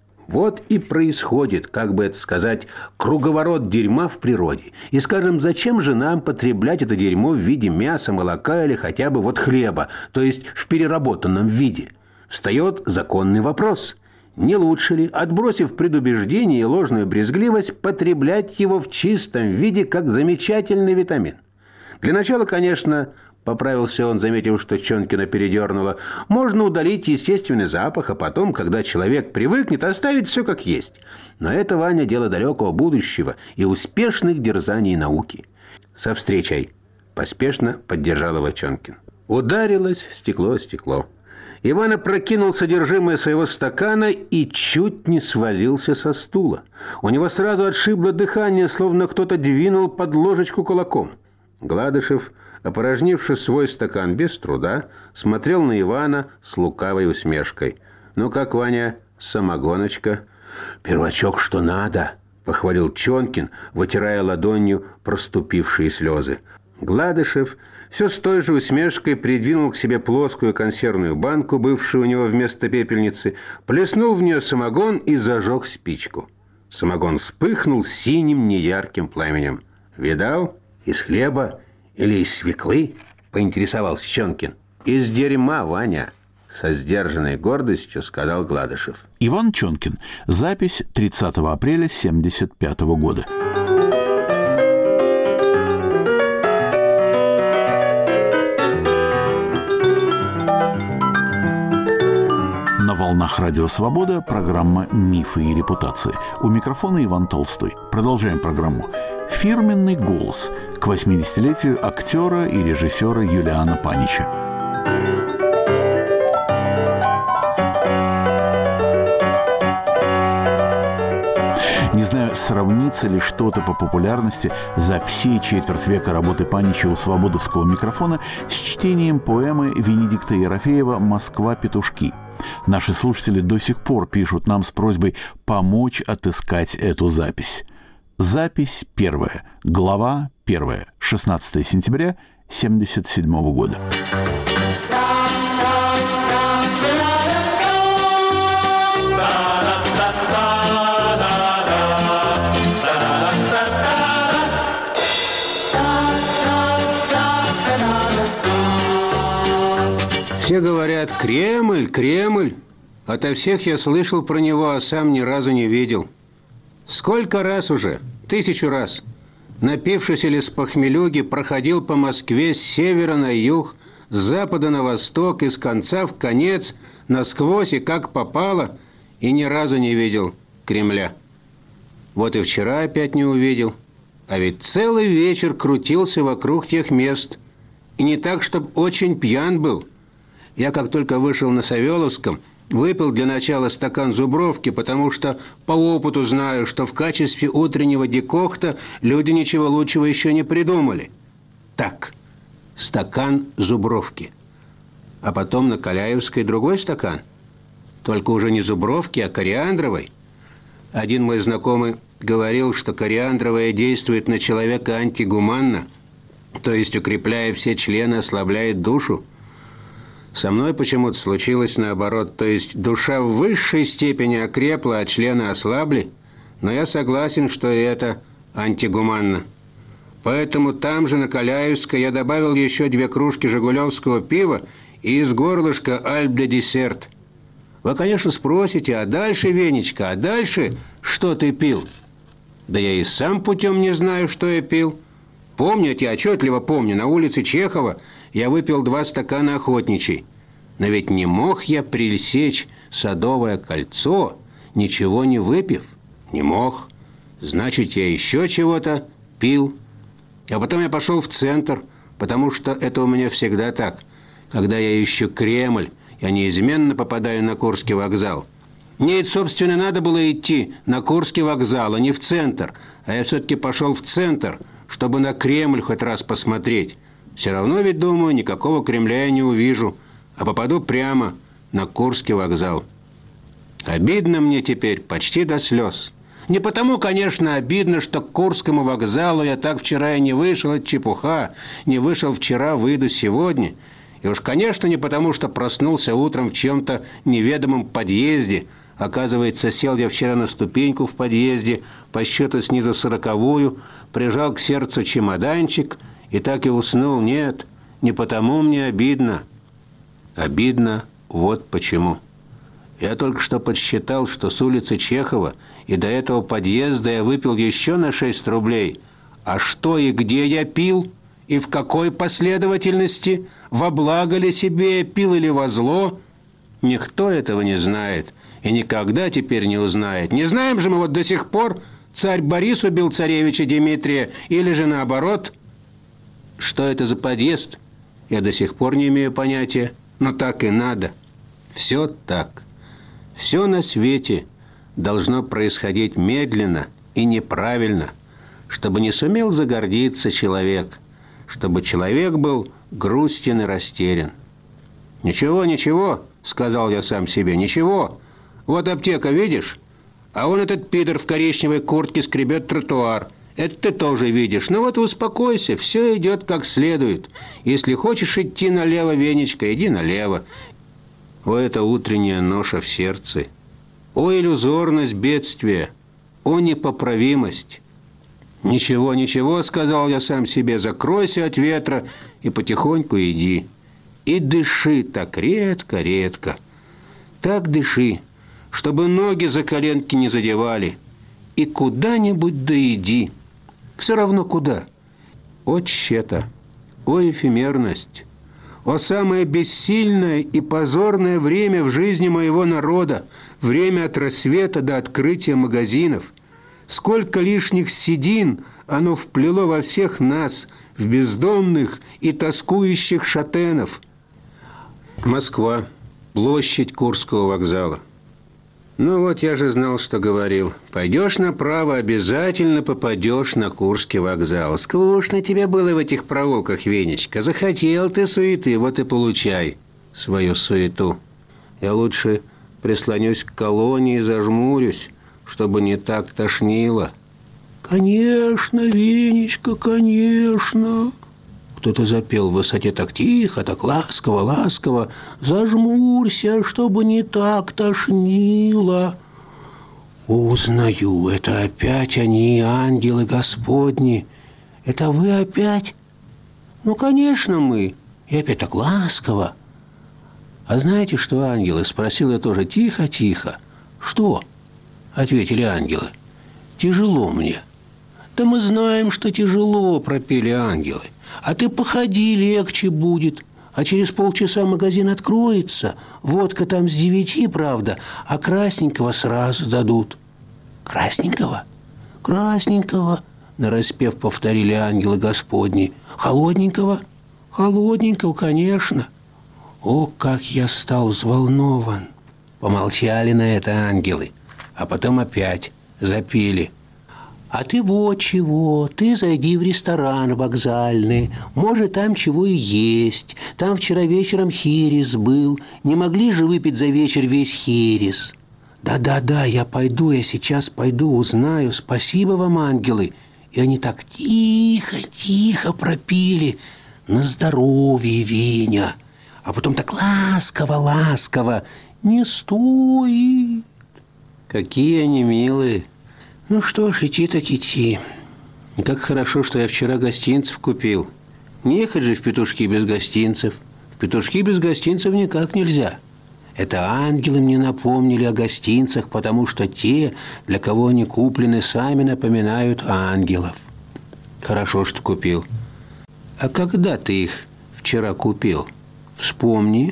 Вот и происходит, как бы это сказать, круговорот дерьма в природе. И скажем, зачем же нам потреблять это дерьмо в виде мяса, молока или хотя бы вот хлеба, то есть в переработанном виде? Встает законный вопрос. Не лучше ли, отбросив предубеждение и ложную брезгливость, потреблять его в чистом виде как замечательный витамин? Для начала, конечно, поправился он, заметив, что Чонкина передернуло, можно удалить естественный запах, а потом, когда человек привыкнет, оставить все как есть. Но это, Ваня, дело далекого будущего и успешных дерзаний науки. Со встречей, поспешно поддержал его Чонкин. Ударилось стекло о стекло. Иван опрокинул содержимое своего стакана и чуть не свалился со стула. У него сразу отшибло дыхание, словно кто-то двинул под ложечку кулаком. Гладышев, опорожнивший свой стакан без труда, смотрел на Ивана с лукавой усмешкой. «Ну как, Ваня, самогоночка?» «Первачок, что надо», — похвалил Чонкин, вытирая ладонью проступившие слезы. Гладышев все с той же усмешкой придвинул к себе плоскую консервную банку, бывшую у него вместо пепельницы, плеснул в нее самогон и зажег спичку. Самогон вспыхнул синим неярким пламенем. «Видал? Из хлеба или из свеклы?» – поинтересовался Чонкин. «Из дерьма, Ваня», – со сдержанной гордостью сказал Гладышев. Иван Чонкин. Запись тридцатого апреля семьдесят пятого года. На волнах Радио Свобода программа «Мифы и репутации». У микрофона Иван Толстой. Продолжаем программу. Фирменный голос к восьмидесятилетию актера и режиссера Юлиана Панича. Не знаю, сравнится ли что-то по популярности за все четверть века работы Панича у свободовского микрофона с чтением поэмы Венедикта Ерофеева «Москва-петушки». Наши слушатели до сих пор пишут нам с просьбой помочь отыскать эту запись. Запись первая, глава первая, шестнадцатого сентября семьдесят седьмого года. Все говорят: Кремль, Кремль. Ото всех я слышал про него, а сам ни разу не видел. Сколько раз уже? Тысячу раз. Напившись или с похмелюги, проходил по Москве с севера на юг, с запада на восток и с конца в конец, насквозь и как попало, и ни разу не видел Кремля. Вот и вчера опять не увидел. А ведь целый вечер крутился вокруг тех мест. И не так, чтоб очень пьян был. Я, как только вышел на Савеловском, выпил для начала стакан зубровки, потому что по опыту знаю, что в качестве утреннего декохта люди ничего лучшего еще не придумали. Так, стакан зубровки. А потом на Каляевской другой стакан. Только уже не зубровки, а кориандровой. Один мой знакомый говорил, что кориандровая действует на человека антигуманно, то есть, укрепляя все члены, ослабляет душу. Со мной почему-то случилось наоборот, то есть душа в высшей степени окрепла, а члены ослабли, но я согласен, что и это антигуманно. Поэтому там же, на Каляевской, я добавил еще две кружки жигулевского пива и из горлышка альп-де-десерт. Вы, конечно, спросите, а дальше, Венечка, а дальше что ты пил? Да я и сам путем не знаю, что я пил. Помню, я отчетливо помню, на улице Чехова я выпил два стакана охотничий. Но ведь не мог я пресечь Садовое кольцо, ничего не выпив. Не мог. Значит, я еще чего-то пил. А потом я пошел в центр, потому что это у меня всегда так. Когда я ищу Кремль, я неизменно попадаю на Курский вокзал. Мне ведь, собственно, надо было идти на Курский вокзал, а не в центр. А я все-таки пошел в центр, чтобы на Кремль хоть раз посмотреть. Все равно ведь, думаю, никакого Кремля я не увижу, а попаду прямо на Курский вокзал. Обидно мне теперь почти до слез. Не потому, конечно, обидно, что к Курскому вокзалу я так вчера и не вышел, от чепуха. Не вышел вчера, выйду сегодня. И уж, конечно, не потому, что проснулся утром в чем-то неведомом подъезде. Оказывается, сел я вчера на ступеньку в подъезде, по счету снизу сороковую, прижал к сердцу чемоданчик и так и уснул. Нет, не потому мне обидно. Обидно вот почему. Я только что подсчитал, что с улицы Чехова и до этого подъезда я выпил еще на шесть рублей. А что и где я пил? И в какой последовательности? Во благо ли себе я пил или во зло? Никто этого не знает и никогда теперь не узнает. Не знаем же мы вот до сих пор, царь Борис убил царевича Дмитрия или же наоборот. Что это за подъезд? Я до сих пор не имею понятия, но так и надо. Все так. Все на свете должно происходить медленно и неправильно, чтобы не сумел загордиться человек, чтобы человек был грустен и растерян. «Ничего, ничего», — сказал я сам себе, — «ничего. Вот аптека, видишь? А вон этот пидор в коричневой куртке скребет тротуар. Это ты тоже видишь. Ну вот успокойся, все идет как следует. Если хочешь идти налево, Венечка, иди налево. О, это утренняя ноша в сердце. О, иллюзорность бедствия. о непоправимость. «Ничего, ничего», — сказал я сам себе, — «закройся от ветра и потихоньку иди. И дыши так редко-редко. Так дыши, чтобы ноги за коленки не задевали. И куда-нибудь да иди. Все равно куда. О тщета, о эфемерность, о самое бессильное и позорное время в жизни моего народа, время от рассвета до открытия магазинов. Сколько лишних седин оно вплело во всех нас, в бездомных и тоскующих шатенов». Москва. Площадь Курского вокзала. Ну вот, я же знал, что говорил. Пойдешь направо, обязательно попадешь на Курский вокзал. Скучно тебе было в этих проулках, Венечка. Захотел ты суеты, вот и получай свою суету. Я лучше прислонюсь к колонне и зажмурюсь, чтобы не так тошнило. «Конечно, Венечка, конечно!» Кто-то запел в высоте так тихо, так ласково, ласково. «Зажмурься, чтобы не так тошнило». Узнаю, это опять они, ангелы Господни. Это вы опять? Ну, конечно, мы. И опять так ласково. А знаете что, ангелы? Спросил я тоже тихо-тихо. Что? Ответили ангелы. Тяжело мне. Да мы знаем, что тяжело, пропели ангелы. А ты походи, легче будет. А через полчаса магазин откроется. Водка там с девяти, правда, а красненького сразу дадут. Красненького? Красненького, нараспев повторили ангелы Господни. Холодненького? Холодненького, конечно. О, как я стал взволнован. Помолчали на это ангелы, а потом опять запели. А ты вот чего, ты зайди в ресторан вокзальный, может, там чего и есть. Там вчера вечером херес был, не могли же выпить за вечер весь херес. Да-да-да, я пойду, я сейчас пойду, узнаю, спасибо вам, ангелы. И они так тихо-тихо пропили, на здоровье, Веня. А потом так ласково-ласково, не стоит. Какие они милые. Ну что ж, идти так идти. И как хорошо, что я вчера гостинцев купил. Не ехать же в Петушки без гостинцев. В Петушки без гостинцев никак нельзя. Это ангелы мне напомнили о гостинцах, потому что те, для кого они куплены, сами напоминают ангелов. Хорошо, что купил. А когда ты их вчера купил? Вспомни.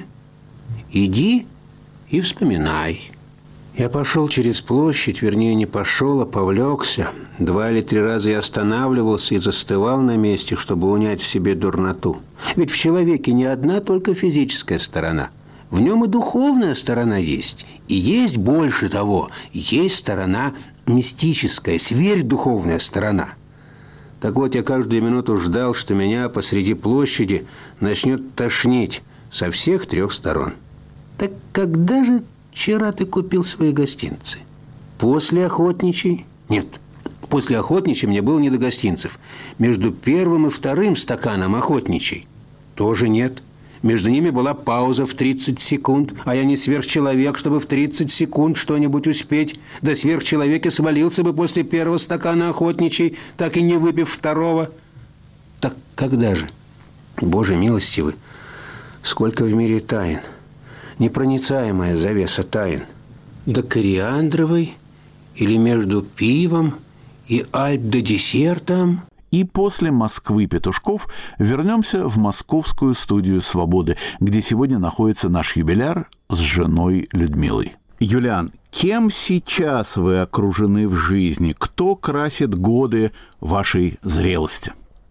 Иди и вспоминай. Я пошел через площадь, вернее, не пошел, а повлекся. Два или три раза я останавливался и застывал на месте, чтобы унять в себе дурноту. Ведь в человеке не одна только физическая сторона. В нем и духовная сторона есть. И есть больше того, есть сторона мистическая, сверхдуховная сторона. Так вот, я каждую минуту ждал, что меня посреди площади начнет тошнить со всех трех сторон. Так когда же вчера ты купил свои гостинцы? После охотничьей? Нет, после охотничьей мне было не до гостинцев. Между первым и вторым стаканом охотничьей тоже нет. Между ними была пауза в тридцать секунд, а я не сверхчеловек, чтобы в тридцать секунд что-нибудь успеть. Да сверхчеловек и свалился бы после первого стакана охотничьей, так и не выпив второго. Так когда же? Боже милостивый, сколько в мире тайн. Непроницаемая завеса тайн. До кориандровой или между пивом и альт-до-десертом. И после Москвы-Петушков вернемся в московскую студию «Свободы», где сегодня находится наш юбиляр с женой Людмилой. Юлиан, кем сейчас вы окружены в жизни? Кто красит годы вашей зрелости?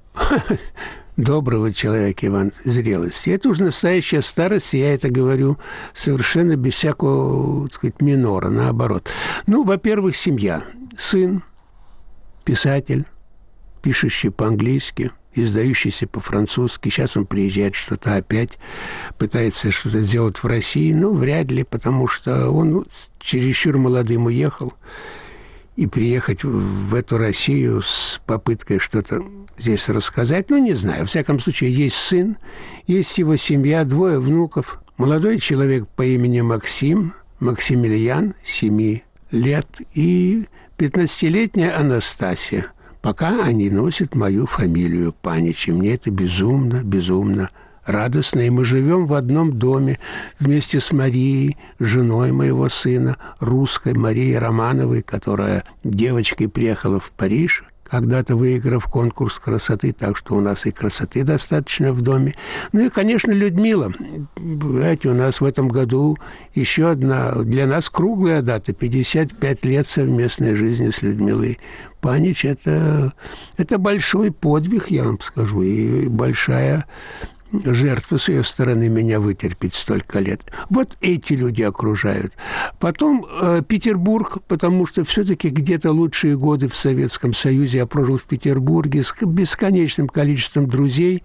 Доброго человека, Иван, зрелости. Это уже настоящая старость, я это говорю совершенно без всякого, так сказать, минора, наоборот. Ну, во-первых, семья. Сын, писатель, пишущий по-английски, издающийся по-французски. Сейчас он приезжает, что-то опять пытается что-то сделать в России. Ну, вряд ли, потому что он чересчур молодым уехал. И приехать в эту Россию с попыткой что-то здесь рассказать, ну, не знаю. Во всяком случае, есть сын, есть его семья, двое внуков. Молодой человек по имени Максим, Максимилиан, семи лет, и пятнадцатилетняя Анастасия. Пока они носят мою фамилию Панич, и мне это безумно, безумно радостно. И мы живем в одном доме вместе с Марией, женой моего сына, русской Марией Романовой, которая девочкой приехала в Париж, когда-то выиграв конкурс красоты, так что у нас и красоты достаточно в доме. Ну и, конечно, Людмила. Знаете, у нас в этом году еще одна, для нас круглая дата, пятьдесят пять лет совместной жизни с Людмилой Панич. Это, это большой подвиг, я вам скажу, и большая жертва с ее стороны меня вытерпеть столько лет. Вот эти люди окружают. Потом э, Петербург, потому что все-таки где-то лучшие годы в Советском Союзе я прожил в Петербурге с бесконечным количеством друзей.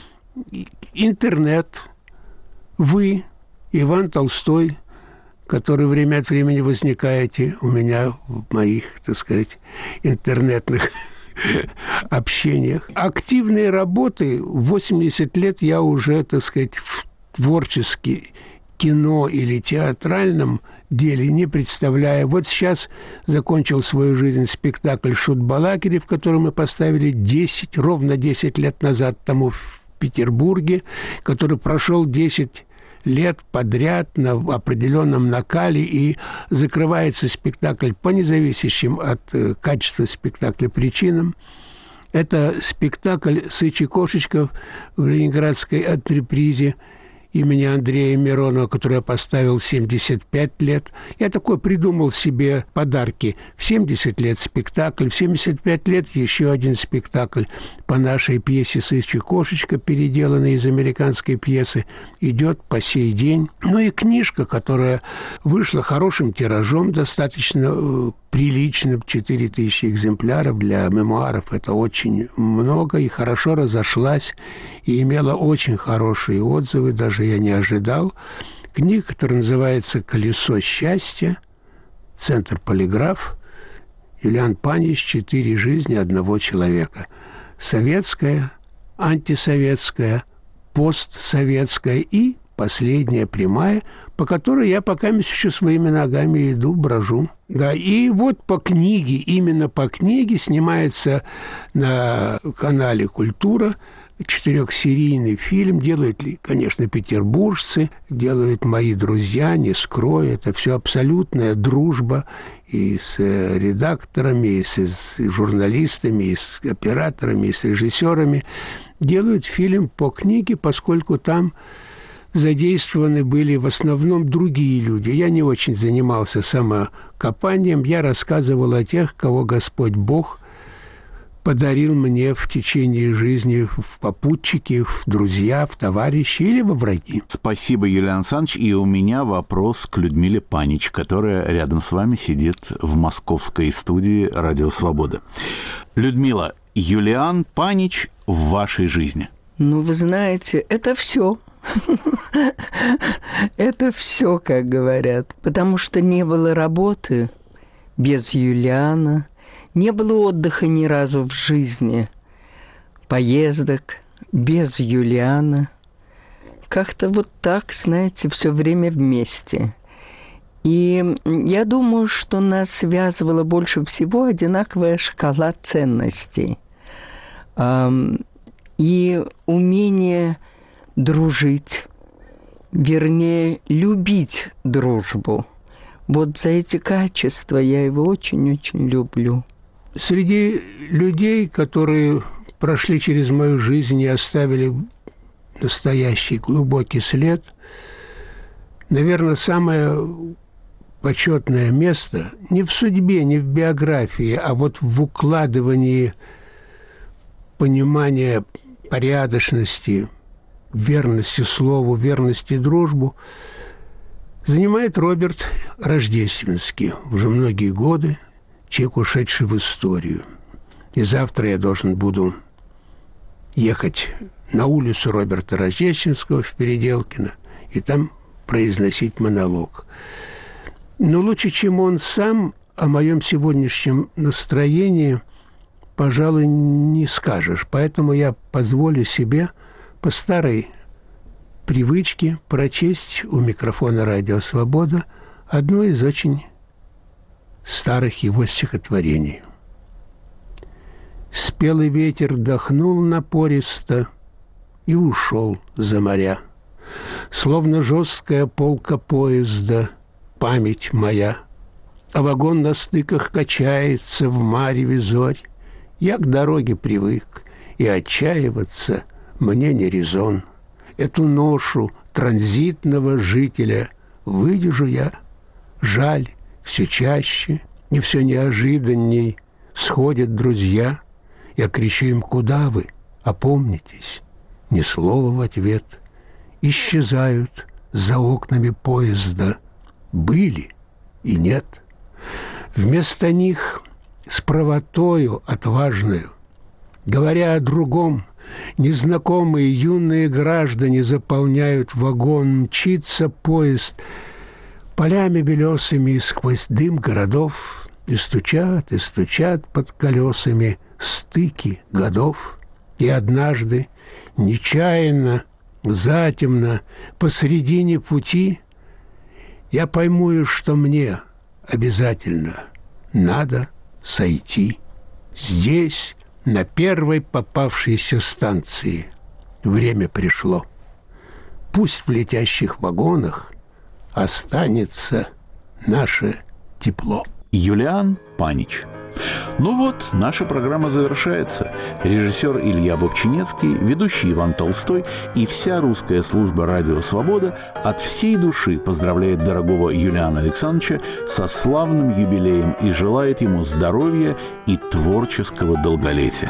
Интернет. Вы, Иван Толстой, который время от времени возникаете у меня в моих, так сказать, интернетных общениях. Активные работы. В восемьдесят лет я уже, так сказать, в творчески кино или театральном деле не представляю. Вот сейчас закончил свою жизнь спектакль «Шут-балакири», в котором мы поставили десять, ровно десять лет назад тому в Петербурге, который прошел десять лет подряд на определенном накале, и закрывается спектакль по независящим от качества спектакля причинам. Это спектакль «Сыч и кошечка» в ленинградской антрепризе имени Андрея Миронова, который я поставил в семьдесят пять лет. Я такой придумал себе подарки. В семьдесят лет спектакль, в семьдесят пять лет еще один спектакль по нашей пьесе «Сыч и кошечка», переделанной из американской пьесы, идет по сей день. Ну и книжка, которая вышла хорошим тиражом, достаточно э, приличным, четыре тысячи экземпляров. Для мемуаров это очень много, и хорошо разошлась, и имела очень хорошие отзывы, даже я не ожидал. Книга, которая называется «Колесо счастья», Центр Полиграф, Юлиан Панич «Четыре жизни одного человека». Советская, антисоветская, постсоветская и последняя прямая, по которой я пока еще своими ногами иду, брожу. Да, и вот по книге, именно по книге снимается на канале «Культура» четырехсерийный фильм. Делают, конечно, петербуржцы, делают мои друзья, не скрою. Это все абсолютная дружба и с редакторами, и с журналистами, и с операторами, и с режиссерами. Делают фильм по книге, поскольку там задействованы были в основном другие люди. Я не очень занимался самокопанием. Я рассказывал о тех, кого Господь Бог подарил мне в течение жизни в попутчики, в друзья, в товарищи или во враги. Спасибо, Юлиан Александрович. И у меня вопрос к Людмиле Панич, которая рядом с вами сидит в московской студии «Радио Свобода». Людмила, Юлиан Панич в вашей жизни? Ну, вы знаете, это все. Это все, как говорят. Потому что не было работы без Юлиана, не было отдыха ни разу в жизни, поездок без Юлиана. Как-то вот так, знаете, все время вместе. И я думаю, что нас связывала больше всего одинаковая шкала ценностей. И умение дружить, вернее, любить дружбу. Вот за эти качества я его очень-очень люблю. Среди людей, которые прошли через мою жизнь и оставили настоящий глубокий след, наверное, самое почетное место не в судьбе, не в биографии, а вот в укладывании понимания порядочности, верности слову, верности дружбу занимает Роберт Рождественский. Уже многие годы человек, ушедший в историю. И завтра я должен буду ехать на улицу Роберта Рождественского в Переделкино и там произносить монолог. Но лучше, чем он сам, о моем сегодняшнем настроении, пожалуй, не скажешь. Поэтому я позволю себе по старой привычке прочесть у микрофона «Радио Свобода» одну из очень старых его стихотворений. Спелый ветер дохнул напористо и ушел за моря. Словно жесткая полка поезда память моя, а вагон на стыках качается в мареве зорь. Я к дороге привык, и отчаиваться мне не резон. Эту ношу транзитного жителя выдержу я. Жаль, все чаще и все неожиданней сходят друзья. Я кричу им: куда вы? Опомнитесь. Ни слова в ответ. Исчезают за окнами поезда. Были и нет. Вместо них с правотою отважною, говоря о другом, незнакомые юные граждане заполняют вагон. Мчится поезд полями белесыми, и сквозь дым городов и стучат, и стучат под колесами стыки годов. И однажды, нечаянно, затемно, посредине пути, я пойму, что мне обязательно надо сойти. Здесь, на первой попавшейся станции, время пришло. Пусть в летящих вагонах останется наше тепло. Юлиан Панич. Ну вот, наша программа завершается. Режиссер Илья Бобчинецкий, ведущий Иван Толстой и вся русская служба «Радио Свобода» от всей души поздравляет дорогого Юлиана Александровича со славным юбилеем и желает ему здоровья и творческого долголетия.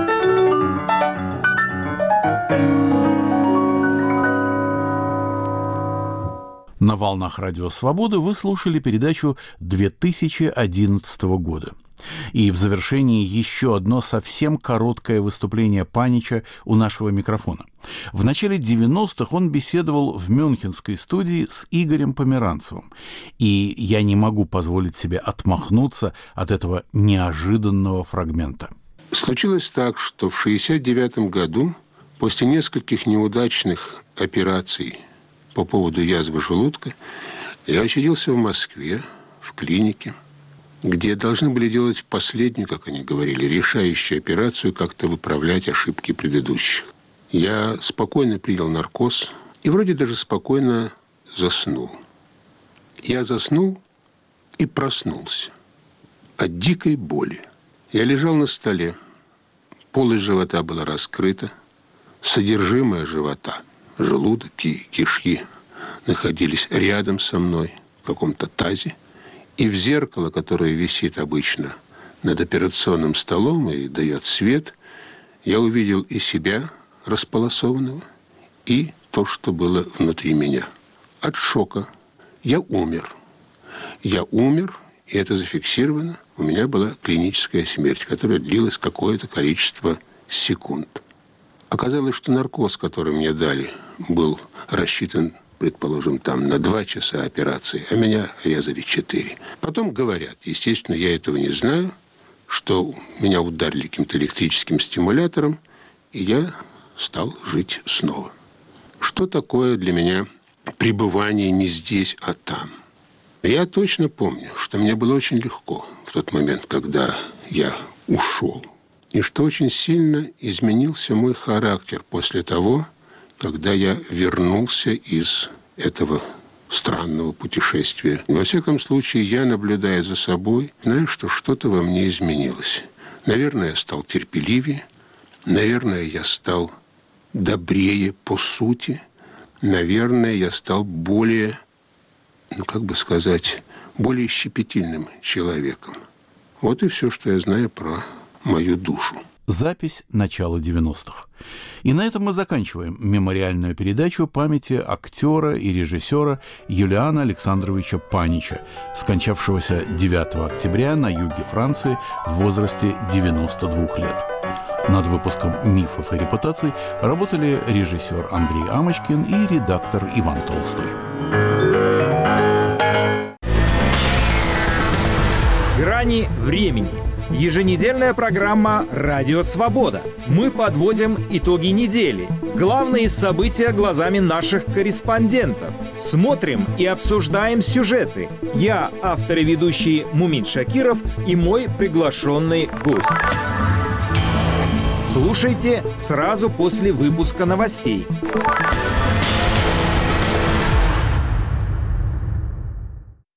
На волнах «Радио Свобода» вы слушали передачу две тысячи одиннадцатого года. И в завершении еще одно совсем короткое выступление Панича у нашего микрофона. В начале девяностых он беседовал в мюнхенской студии с Игорем Померанцевым. И я не могу позволить себе отмахнуться от этого неожиданного фрагмента. Случилось так, что в шестьдесят девятом году, после нескольких неудачных операций по поводу язвы желудка, я очутился в Москве, в клинике, где должны были делать последнюю, как они говорили, решающую операцию, как-то выправлять ошибки предыдущих. Я спокойно принял наркоз и вроде даже спокойно заснул. Я заснул и проснулся от дикой боли. Я лежал на столе, полость живота была раскрыта, содержимое живота, желудок и кишки находились рядом со мной в каком-то тазе. И в зеркало, которое висит обычно над операционным столом и дает свет, я увидел и себя располосованного, и то, что было внутри меня. От шока я умер. Я умер, и это зафиксировано. У меня была клиническая смерть, которая длилась какое-то количество секунд. Оказалось, что наркоз, который мне дали, был рассчитан, предположим, там на два часа операции, а меня резали четыре. Потом говорят, естественно, я этого не знаю, что меня ударили каким-то электрическим стимулятором, и я стал жить снова. Что такое для меня пребывание не здесь, а там? Я точно помню, что мне было очень легко в тот момент, когда я ушел. И что очень сильно изменился мой характер после того, когда я вернулся из этого странного путешествия. Во всяком случае, я, наблюдая за собой, знаю, что что-то во мне изменилось. Наверное, я стал терпеливее, наверное, я стал добрее по сути, наверное, я стал более, ну, как бы сказать, более щепетильным человеком. Вот и все, что я знаю про мою душу. Запись начала девяностых. И на этом мы заканчиваем мемориальную передачу памяти актера и режиссера Юлиана Александровича Панича, скончавшегося девятого октября на юге Франции в возрасте девяноста двух лет. Над выпуском «Мифов и репутаций» работали режиссер Андрей Амочкин и редактор Иван Толстой. Грани времени. Еженедельная программа «Радио Свобода». Мы подводим итоги недели. Главные события глазами наших корреспондентов. Смотрим и обсуждаем сюжеты. Я, автор и ведущий Мумин Шакиров, и мой приглашенный гость. Слушайте сразу после выпуска новостей.